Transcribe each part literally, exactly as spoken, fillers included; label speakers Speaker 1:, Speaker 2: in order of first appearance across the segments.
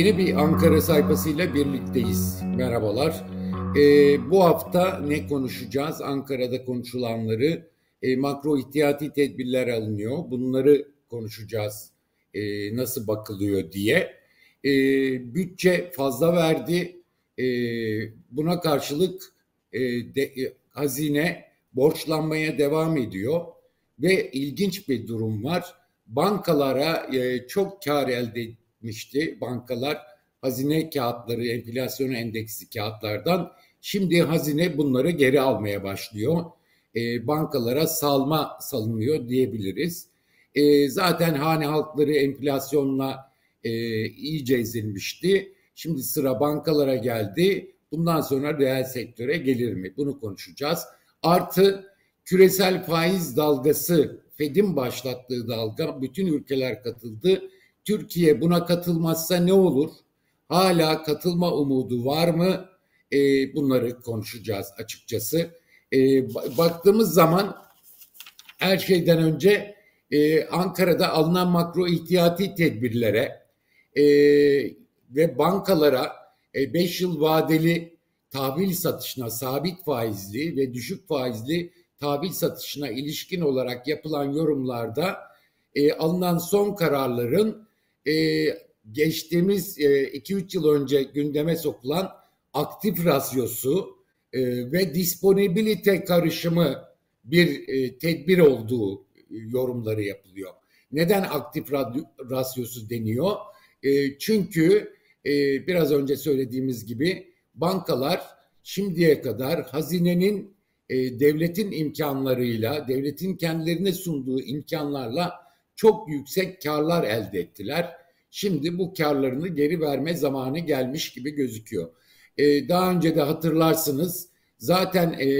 Speaker 1: Yeni bir Ankara sayfasıyla birlikteyiz. Merhabalar. Ee, bu hafta ne konuşacağız? Ankara'da konuşulanları, e, makro ihtiyati tedbirler alınıyor. Bunları konuşacağız. E, nasıl bakılıyor diye. E, bütçe fazla verdi. E, buna karşılık e, de, e, hazine borçlanmaya devam ediyor. Ve ilginç bir durum var. Bankalara e, çok kar elde etmişti bankalar hazine kağıtları, enflasyon endeksi kağıtlardan. Şimdi hazine bunları geri almaya başlıyor. E, bankalara salma salınıyor diyebiliriz. E, zaten hane halkları enflasyonla e, iyice ezilmişti. Şimdi sıra bankalara geldi. Bundan sonra reel sektöre gelir mi? Bunu konuşacağız. Artı küresel faiz dalgası, Fed'in başlattığı dalga, bütün ülkeler katıldı. Türkiye buna katılmazsa ne olur? Hala katılma umudu var mı? E, bunları konuşacağız açıkçası. E, baktığımız zaman her şeyden önce e, Ankara'da alınan makro ihtiyati tedbirlere e, ve bankalara beş e, yıl vadeli tahvil satışına, sabit faizli ve düşük faizli tahvil satışına ilişkin olarak yapılan yorumlarda e, alınan son kararların e, geçtiğimiz e, iki üç yıl önce gündeme sokulan aktif rasyosu e, ve disponibilite karışımı bir e, tedbir olduğu yorumları yapılıyor. Neden aktif rasyosu deniyor? E, çünkü e, biraz önce söylediğimiz gibi bankalar şimdiye kadar hazinenin e, devletin imkanlarıyla, devletin kendilerine sunduğu imkanlarla çok yüksek karlar elde ettiler. Şimdi bu karlarını geri verme zamanı gelmiş gibi gözüküyor. Ee, daha önce de hatırlarsınız zaten e,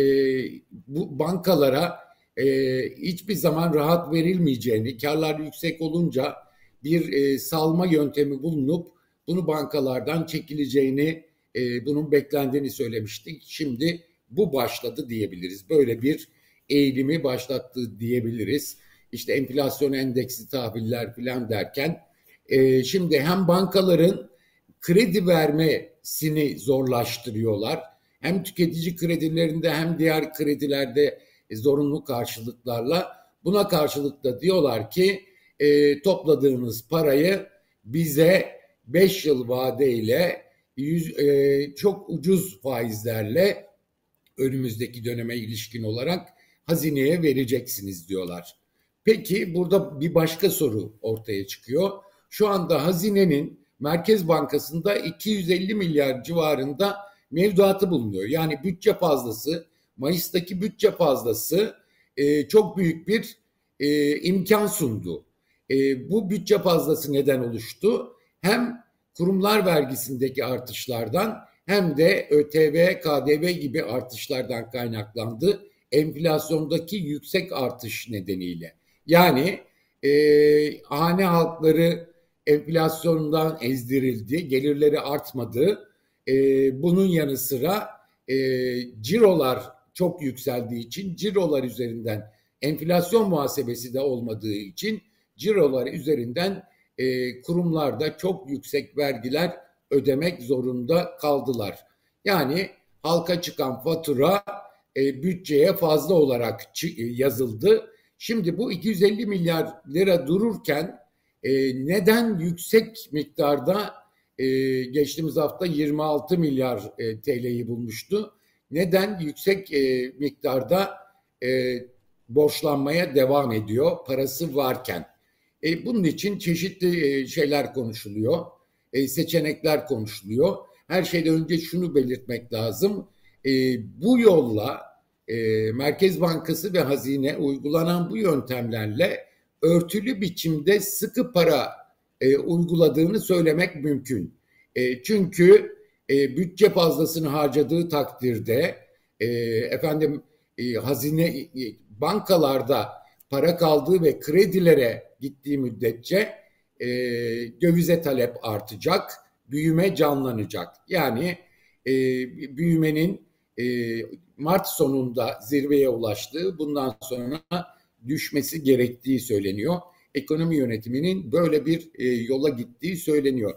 Speaker 1: bu bankalara e, hiçbir zaman rahat verilmeyeceğini, karlar yüksek olunca bir e, salma yöntemi bulunup bunu bankalardan çekileceğini, e, bunun beklendiğini söylemiştik. Şimdi bu başladı diyebiliriz. Böyle bir eğilimi başlattı diyebiliriz. İşte enflasyon endeksi tahviller filan derken e, şimdi hem bankaların kredi vermesini zorlaştırıyorlar. Hem tüketici kredilerinde hem diğer kredilerde e, zorunlu karşılıklarla buna karşılık da diyorlar ki e, topladığınız parayı bize beş yıl vadeyle yüz, e, çok ucuz faizlerle önümüzdeki döneme ilişkin olarak hazineye vereceksiniz diyorlar. Peki burada bir başka soru ortaya çıkıyor. Şu anda hazinenin Merkez Bankası'nda iki yüz elli milyar civarında mevduatı bulunuyor. Yani bütçe fazlası, Mayıs'taki bütçe fazlası e, çok büyük bir e, imkan sundu. E, bu bütçe fazlası neden oluştu? Hem kurumlar vergisindeki artışlardan hem de ÖTV, K D V gibi artışlardan kaynaklandı. Enflasyondaki yüksek artış nedeniyle. Yani e, hane halkları enflasyondan ezdirildi, gelirleri artmadı. E, bunun yanı sıra e, cirolar çok yükseldiği için, cirolar üzerinden enflasyon muhasebesi de olmadığı için cirolar üzerinden e, kurumlarda çok yüksek vergiler ödemek zorunda kaldılar. Yani halka çıkan fatura e, bütçeye fazla olarak yazıldı. Şimdi bu iki yüz elli milyar lira dururken e, neden yüksek miktarda e, geçtiğimiz hafta yirmi altı milyar e, T L'yi bulmuştu? Neden yüksek e, miktarda e, borçlanmaya devam ediyor parası varken? E, bunun için çeşitli e, şeyler konuşuluyor, e, seçenekler konuşuluyor. Her şeyden önce şunu belirtmek lazım. E, bu yolla e, Merkez Bankası ve Hazine uygulanan bu yöntemlerle örtülü biçimde sıkı para e, uyguladığını söylemek mümkün. E, çünkü e, bütçe fazlasını harcadığı takdirde e, efendim e, hazine e, bankalarda para kaldığı ve kredilere gittiği müddetçe e, dövize talep artacak, büyüme canlanacak. Yani e, büyümenin e, Mart sonunda zirveye ulaştığı, bundan sonra düşmesi gerektiği söyleniyor. Ekonomi yönetiminin böyle bir e, yola gittiği söyleniyor.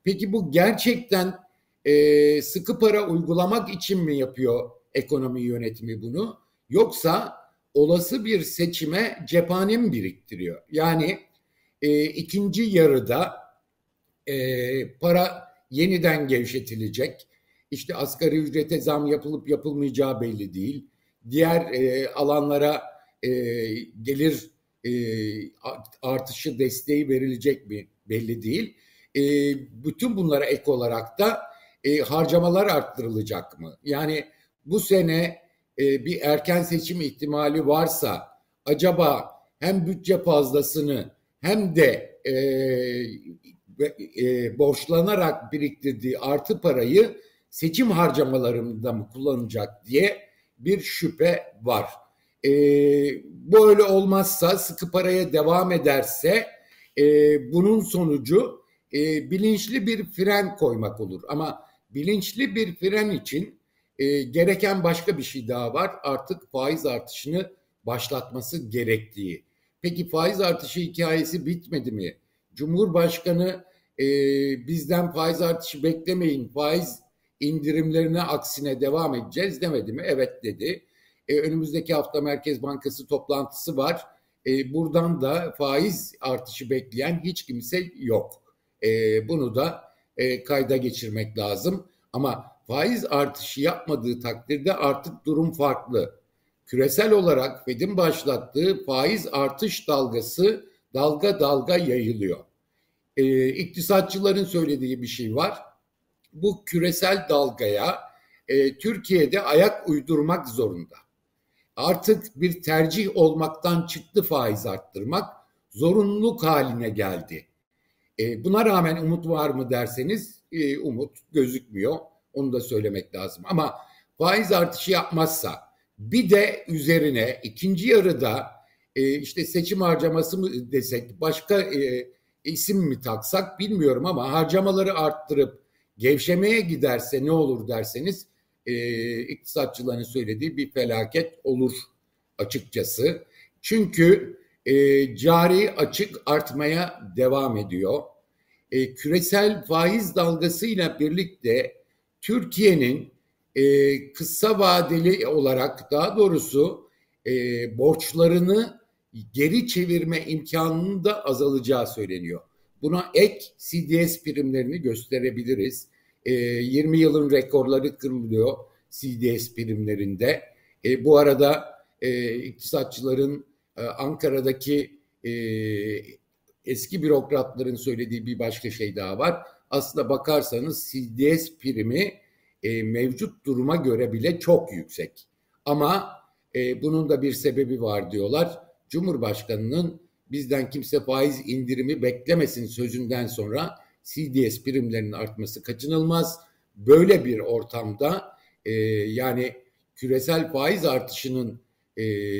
Speaker 1: Peki bu gerçekten e, sıkı para uygulamak için mi yapıyor ekonomi yönetimi bunu? Yoksa olası bir seçime cephane mi biriktiriyor? Yani e, ikinci yarıda e, para yeniden gevşetilecek. İşte asgari ücrete zam yapılıp yapılmayacağı belli değil. Diğer e, alanlara e, gelir e, artışı desteği verilecek mi belli değil. E, bütün bunlara ek olarak da e, harcamalar arttırılacak mı? Yani bu sene e, bir erken seçim ihtimali varsa acaba hem bütçe fazlasını hem de e, e, borçlanarak biriktirdiği artı parayı seçim harcamalarında mı kullanacak diye bir şüphe var. E, böyle olmazsa, sıkı paraya devam ederse e, bunun sonucu e, bilinçli bir fren koymak olur. Ama bilinçli bir fren için e, gereken başka bir şey daha var. Artık faiz artışını başlatması gerektiği. Peki faiz artışı hikayesi bitmedi mi? Cumhurbaşkanı e, bizden faiz artışı beklemeyin, faiz indirimlerine aksine devam edeceğiz demedi mi? Evet dedi. E, önümüzdeki hafta Merkez Bankası toplantısı var. E, buradan da faiz artışı bekleyen hiç kimse yok. E, bunu da e, kayda geçirmek lazım. Ama faiz artışı yapmadığı takdirde artık durum farklı. Küresel olarak Fed'in başlattığı faiz artış dalgası dalga dalga yayılıyor. E, iktisatçıların söylediği bir şey var. Bu küresel dalgaya e, Türkiye'de ayak uydurmak zorunda. Artık bir tercih olmaktan çıktı faiz arttırmak, zorunluluk haline geldi. E, buna rağmen umut var mı derseniz e, umut gözükmüyor. Onu da söylemek lazım. Ama faiz artışı yapmazsa bir de üzerine ikinci yarıda e, işte seçim harcaması mı desek, başka e, isim mi taksak bilmiyorum ama harcamaları arttırıp gevşemeye giderse ne olur derseniz e, iktisatçıların söylediği bir felaket olur açıkçası. Çünkü e, cari açık artmaya devam ediyor. E, küresel faiz dalgasıyla birlikte Türkiye'nin e, kısa vadeli olarak daha doğrusu e, borçlarını geri çevirme imkanının da azalacağı söyleniyor. Buna ek C D S primlerini gösterebiliriz. E, yirmi yılın rekorları kırılıyor C D S primlerinde. E, bu arada e, iktisatçıların e, Ankara'daki e, eski bürokratların söylediği bir başka şey daha var. Aslında bakarsanız C D S primi e, mevcut duruma göre bile çok yüksek. Ama e, bunun da bir sebebi var diyorlar. Cumhurbaşkanının bizden kimse faiz indirimi beklemesin sözünden sonra C D S primlerinin artması kaçınılmaz. Böyle bir ortamda e, yani küresel faiz artışının e,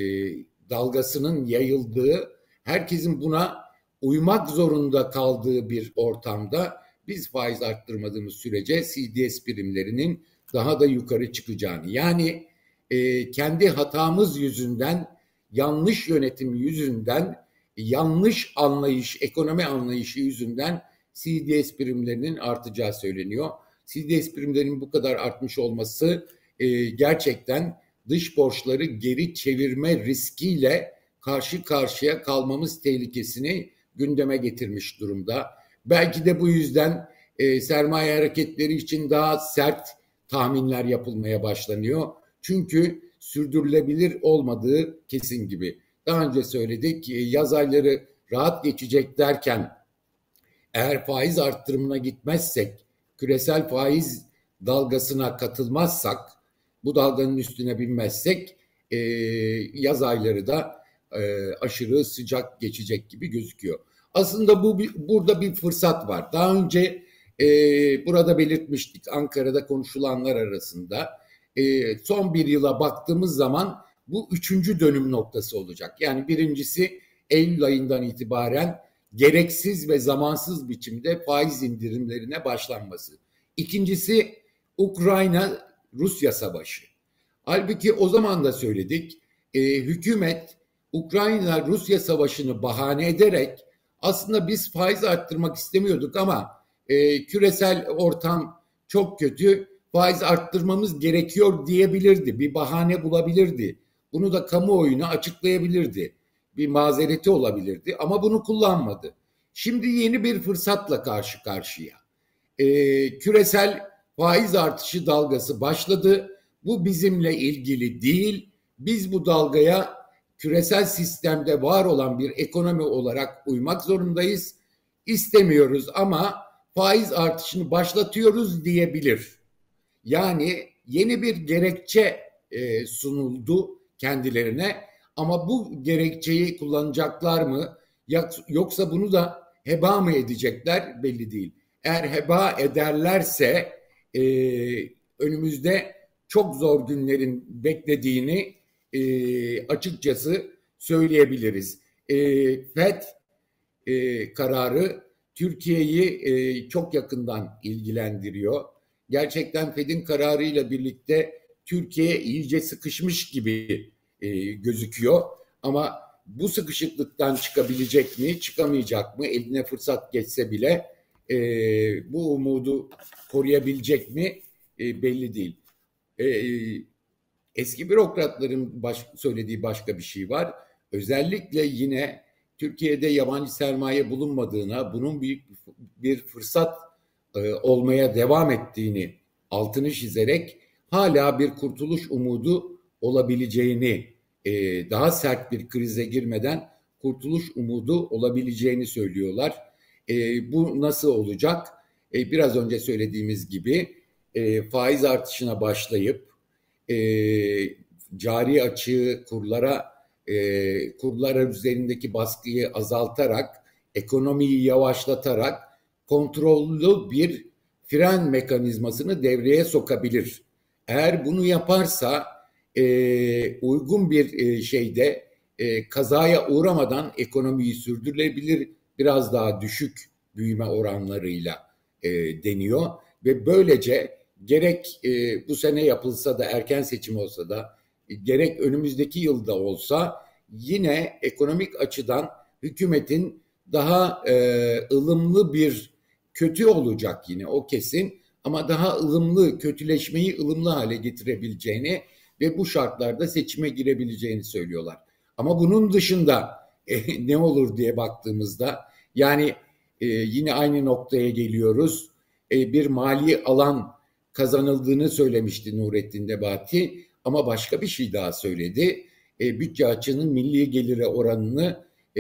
Speaker 1: dalgasının yayıldığı, herkesin buna uymak zorunda kaldığı bir ortamda biz faiz arttırmadığımız sürece C D S primlerinin daha da yukarı çıkacağını, yani e, kendi hatamız yüzünden, yanlış yönetim yüzünden, yanlış anlayış, ekonomi anlayışı yüzünden C D S primlerinin artacağı söyleniyor. C D S primlerinin bu kadar artmış olması e, gerçekten dış borçları geri çevirme riskiyle karşı karşıya kalmamız tehlikesini gündeme getirmiş durumda. Belki de bu yüzden e, sermaye hareketleri için daha sert tahminler yapılmaya başlanıyor. Çünkü sürdürülebilir olmadığı kesin gibi. Daha önce söyledik, yaz ayları rahat geçecek derken eğer faiz arttırımına gitmezsek, küresel faiz dalgasına katılmazsak, bu dalganın üstüne binmezsek e, yaz ayları da e, aşırı sıcak geçecek gibi gözüküyor. Aslında bu burada bir fırsat var. Daha önce e, burada belirtmiştik, Ankara'da konuşulanlar arasında. E, son bir yıla baktığımız zaman bu üçüncü dönüm noktası olacak. Yani birincisi Eylül ayından itibaren gereksiz ve zamansız biçimde faiz indirimlerine başlanması. İkincisi Ukrayna-Rusya savaşı. Halbuki o zaman da söyledik, e, hükümet Ukrayna-Rusya savaşını bahane ederek aslında biz faiz arttırmak istemiyorduk ama e, küresel ortam çok kötü, faiz arttırmamız gerekiyor diyebilirdi. Bir bahane bulabilirdi. Bunu da kamuoyuna açıklayabilirdi. Bir mazereti olabilirdi ama bunu kullanmadı. Şimdi yeni bir fırsatla karşı karşıya. E, küresel faiz artışı dalgası başladı. Bu bizimle ilgili değil. Biz bu dalgaya küresel sistemde var olan bir ekonomi olarak uymak zorundayız. İstemiyoruz ama faiz artışını başlatıyoruz diyebilir. Yani yeni bir gerekçe e, sunuldu kendilerine ama bu gerekçeyi kullanacaklar mı yoksa bunu da heba mı edecekler belli değil. Eğer heba ederlerse e, önümüzde çok zor günlerin beklediğini e, açıkçası söyleyebiliriz. E, FED e, kararı Türkiye'yi e, çok yakından ilgilendiriyor. Gerçekten FED'in kararıyla birlikte Türkiye iyice sıkışmış gibi e, gözüküyor. Ama bu sıkışıklıktan çıkabilecek mi, çıkamayacak mı? Eline fırsat geçse bile e, bu umudu koruyabilecek mi e, belli değil. E, eski bürokratların baş, söylediği başka bir şey var. Özellikle yine Türkiye'de yabancı sermaye bulunmadığına, bunun büyük bir fırsat e, olmaya devam ettiğini altını çizerek hala bir kurtuluş umudu olabileceğini, e, daha sert bir krize girmeden kurtuluş umudu olabileceğini söylüyorlar. E, bu nasıl olacak? E, biraz önce söylediğimiz gibi e, faiz artışına başlayıp e, cari açığı kurlara e, kurlar üzerindeki baskıyı azaltarak, ekonomiyi yavaşlatarak kontrollü bir fren mekanizmasını devreye sokabilir. Eğer bunu yaparsa e, uygun bir e, şeyde e, kazaya uğramadan ekonomiyi sürdürülebilir, biraz daha düşük büyüme oranlarıyla e, deniyor ve böylece gerek e, bu sene yapılsa da erken seçim olsa da gerek önümüzdeki yılda olsa yine ekonomik açıdan hükümetin daha e, ılımlı bir kötü olacak yine o kesin ama daha ılımlı kötüleşmeyi ılımlı hale getirebileceğini ve bu şartlarda seçime girebileceğini söylüyorlar. Ama bunun dışında e, ne olur diye baktığımızda yani e, yine aynı noktaya geliyoruz. E, bir mali alan kazanıldığını söylemişti Nurettin Nebati. Ama başka bir şey daha söyledi. E, bütçe açığının milli gelire oranını e,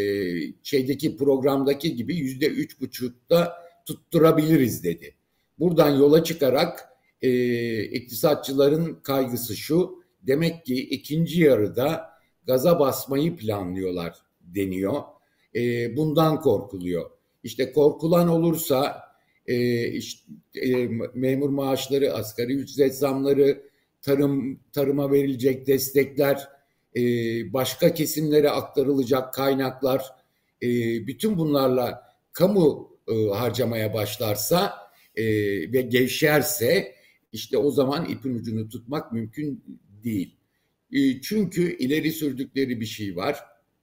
Speaker 1: şeydeki programdaki gibi yüzde üç buçukta tutturabiliriz dedi. Buradan yola çıkarak e, iktisatçıların kaygısı şu. Demek ki ikinci yarıda gaza basmayı planlıyorlar deniyor. E, bundan korkuluyor. İşte korkulan olursa e, işte, e, memur maaşları, asgari ücret zamları, tarım tarıma verilecek destekler, e, başka kesimlere aktarılacak kaynaklar, e, bütün bunlarla kamu e, harcamaya başlarsa e, ve gevşerse işte o zaman ipin ucunu tutmak mümkün değil. E, çünkü ileri sürdükleri bir şey var.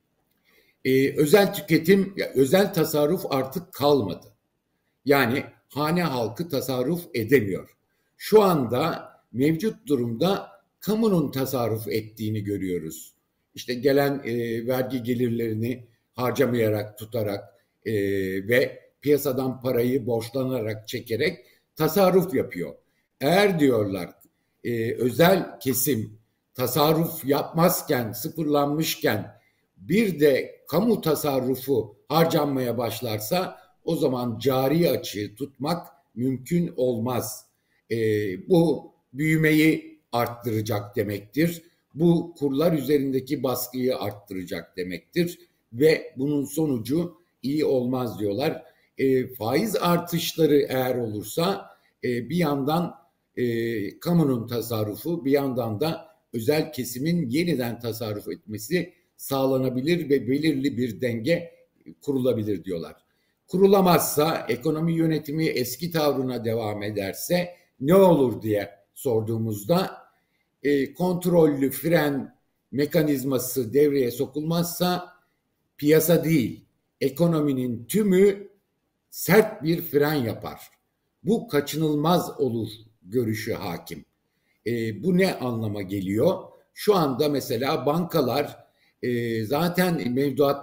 Speaker 1: E, özel tüketim, özel tasarruf artık kalmadı. Yani hane halkı tasarruf edemiyor. Şu anda mevcut durumda kamunun tasarruf ettiğini görüyoruz. İşte gelen e, vergi gelirlerini harcamayarak, tutarak e, ve piyasadan parayı borçlanarak, çekerek tasarruf yapıyor. Eğer diyorlar e, özel kesim tasarruf yapmazken, sıfırlanmışken bir de kamu tasarrufu harcanmaya başlarsa o zaman cari açığı tutmak mümkün olmaz. E, bu büyümeyi arttıracak demektir. Bu kurlar üzerindeki baskıyı arttıracak demektir ve bunun sonucu iyi olmaz diyorlar. E, faiz artışları eğer olursa e, bir yandan e, kamunun tasarrufu, bir yandan da özel kesimin yeniden tasarruf etmesi sağlanabilir ve belirli bir denge kurulabilir diyorlar. Kurulamazsa, ekonomi yönetimi eski tavrına devam ederse ne olur diye sorduğumuzda e, kontrollü fren mekanizması devreye sokulmazsa piyasa değil, ekonominin tümü sert bir fren yapar. Bu kaçınılmaz olur görüşü hakim. E, bu ne anlama geliyor? Şu anda mesela bankalar e, zaten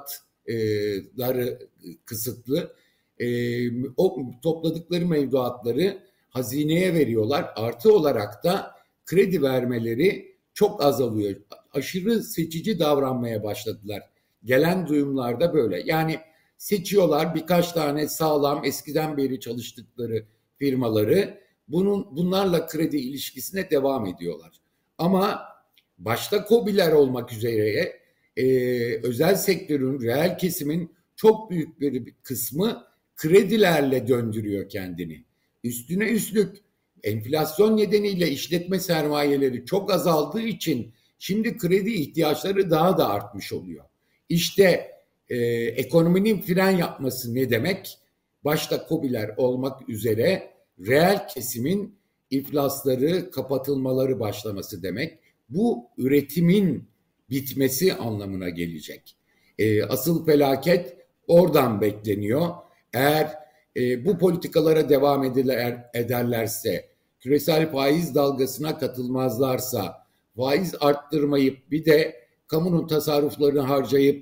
Speaker 1: mevduatları kısıtlı. E, o topladıkları mevduatları hazineye veriyorlar. Artı olarak da kredi vermeleri çok azalıyor. Aşırı seçici davranmaya başladılar. Gelen duyumlarda böyle. Yani seçiyorlar birkaç tane sağlam eskiden beri çalıştıkları firmaları. Bunun bunlarla kredi ilişkisine devam ediyorlar. Ama başta KOBİ'ler olmak üzere e, özel sektörün, reel kesimin çok büyük bir kısmı kredilerle döndürüyor kendini. Üstüne üstlük enflasyon nedeniyle işletme sermayeleri çok azaldığı için şimdi kredi ihtiyaçları daha da artmış oluyor. İşte e, ekonominin fren yapması ne demek? Başta KOBİ'ler olmak üzere reel kesimin iflasları, kapatılmaları başlaması demek. Bu üretimin bitmesi anlamına gelecek. E, asıl felaket oradan bekleniyor. Eğer e, bu politikalara devam ederler, ederlerse, küresel faiz dalgasına katılmazlarsa, faiz arttırmayıp bir de kamunun tasarruflarını harcayıp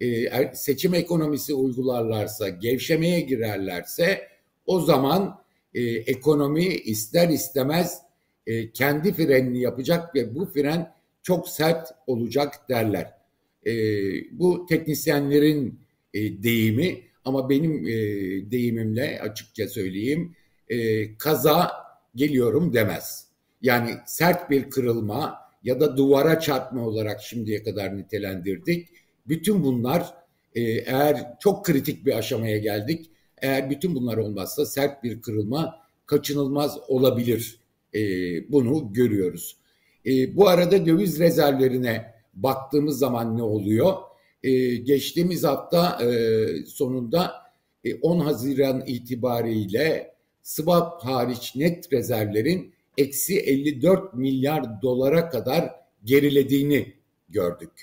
Speaker 1: e, seçim ekonomisi uygularlarsa, gevşemeye girerlerse o zaman e, ekonomi ister istemez e, kendi frenini yapacak ve bu fren çok sert olacak derler. E, bu teknisyenlerin e, deyimi ama benim e, deyimimle açıkça söyleyeyim e, kaza geliyorum demez. Yani sert bir kırılma ya da duvara çarpma olarak şimdiye kadar nitelendirdik. Bütün bunlar e, eğer çok kritik bir aşamaya geldik, eğer bütün bunlar olmazsa sert bir kırılma kaçınılmaz olabilir. E, bunu görüyoruz. E, bu arada döviz rezervlerine baktığımız zaman ne oluyor? E, geçtiğimiz hafta e, sonunda e, on Haziran itibariyle swap hariç net rezervlerin eksi elli dört milyar dolara kadar gerilediğini gördük.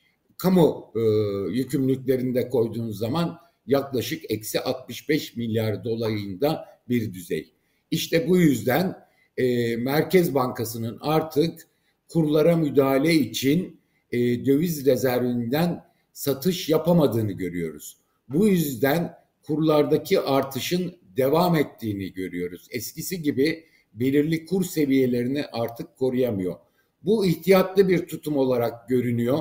Speaker 1: Kamu e, yükümlülüklerinde koyduğunuz zaman yaklaşık eksi altmış beş milyar dolayında bir düzey. İşte bu yüzden e, Merkez Bankası'nın artık kurlara müdahale için e, döviz rezervinden satış yapamadığını görüyoruz. Bu yüzden kurlardaki artışın devam ettiğini görüyoruz. Eskisi gibi belirli kur seviyelerini artık koruyamıyor. Bu ihtiyatlı bir tutum olarak görünüyor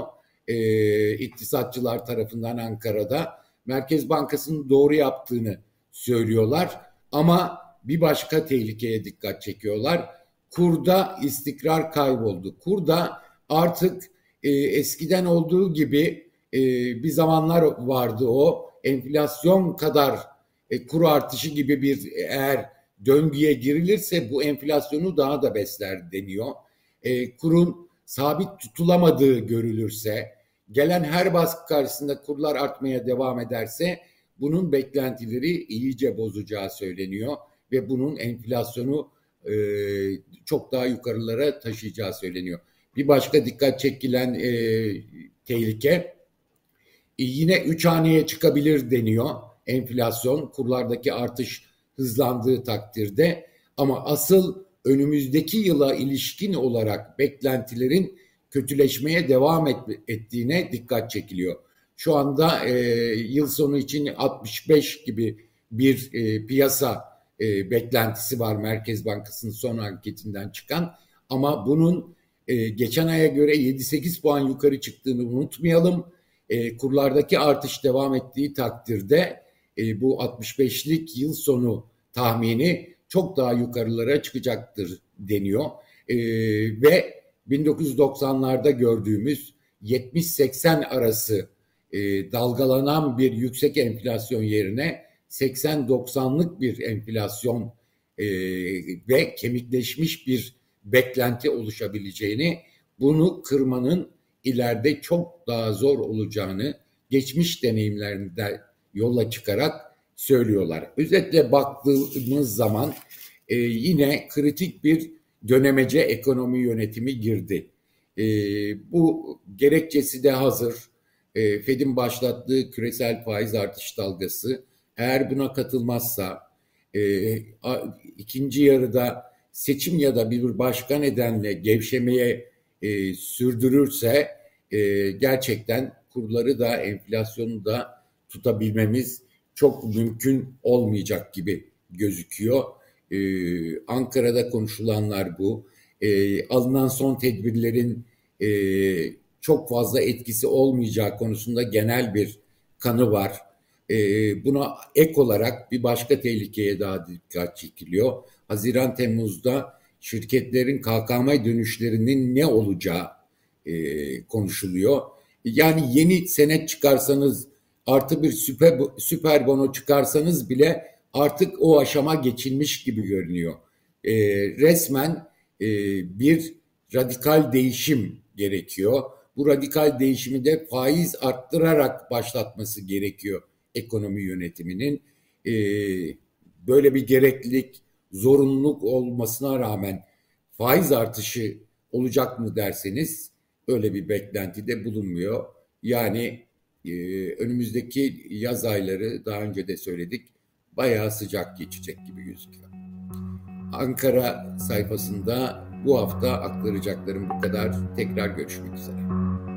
Speaker 1: e, iktisatçılar tarafından Ankara'da. Merkez Bankası'nın doğru yaptığını söylüyorlar ama bir başka tehlikeye dikkat çekiyorlar. Kurda istikrar kayboldu. Kurda artık e, eskiden olduğu gibi e, bir zamanlar vardı o enflasyon kadar e, kur artışı gibi bir eğer döngüye girilirse bu enflasyonu daha da besler deniyor. E, kurun sabit tutulamadığı görülürse, gelen her baskı karşısında kurlar artmaya devam ederse bunun beklentileri iyice bozacağı söyleniyor ve bunun enflasyonu e, çok daha yukarılara taşıyacağı söyleniyor. Bir başka dikkat çekilen e, tehlike e, yine üç haneye çıkabilir deniyor enflasyon kurlardaki artış hızlandığı takdirde ama asıl önümüzdeki yıla ilişkin olarak beklentilerin kötüleşmeye devam et, ettiğine dikkat çekiliyor. Şu anda e, yıl sonu için altmış beş gibi bir e, piyasa e, beklentisi var Merkez Bankası'nın son anketinden çıkan ama bunun e, geçen aya göre yedi sekiz puan yukarı çıktığını unutmayalım. E, kurlardaki artış devam ettiği takdirde e, bu altmış beşlik yıl sonu tahmini çok daha yukarılara çıkacaktır deniyor. E, ve bin dokuz yüz doksanlarda gördüğümüz yetmiş seksen arası e, dalgalanan bir yüksek enflasyon yerine seksen doksanlık bir enflasyon e, ve kemikleşmiş bir beklenti oluşabileceğini, bunu kırmanın ileride çok daha zor olacağını geçmiş deneyimlerinden yola çıkarak söylüyorlar. Özetle baktığımız zaman e, yine kritik bir dönemece ekonomi yönetimi girdi. E, bu gerekçesi de hazır. E, Fed'in başlattığı küresel faiz artış dalgası eğer buna katılmazsa, e, a, ikinci yarıda seçim ya da bir başka nedenle gevşemeye e, sürdürürse e, gerçekten kurları da enflasyonu da tutabilmemiz çok mümkün olmayacak gibi gözüküyor. Ee, Ankara'da konuşulanlar bu. Ee, alınan son tedbirlerin e, çok fazla etkisi olmayacağı konusunda genel bir kanı var. Ee, buna ek olarak bir başka tehlikeye daha dikkat çekiliyor. Haziran-Temmuz'da şirketlerin K K M dönüşlerinin ne olacağı e, konuşuluyor. Yani yeni senet çıkarsanız, artı bir süper, süper bono çıkarsanız bile artık o aşama geçilmiş gibi görünüyor. E, resmen e, bir radikal değişim gerekiyor. Bu radikal değişimi de faiz arttırarak başlatması gerekiyor ekonomi yönetiminin. E, böyle bir gereklilik, zorunluluk olmasına rağmen faiz artışı olacak mı derseniz öyle bir beklentide bulunmuyor. Yani e, önümüzdeki yaz ayları, daha önce de söyledik, bayağı sıcak geçecek gibi gözüküyor. Ankara sayfasında bu hafta aktaracaklarım bu kadar. Tekrar görüşmek üzere.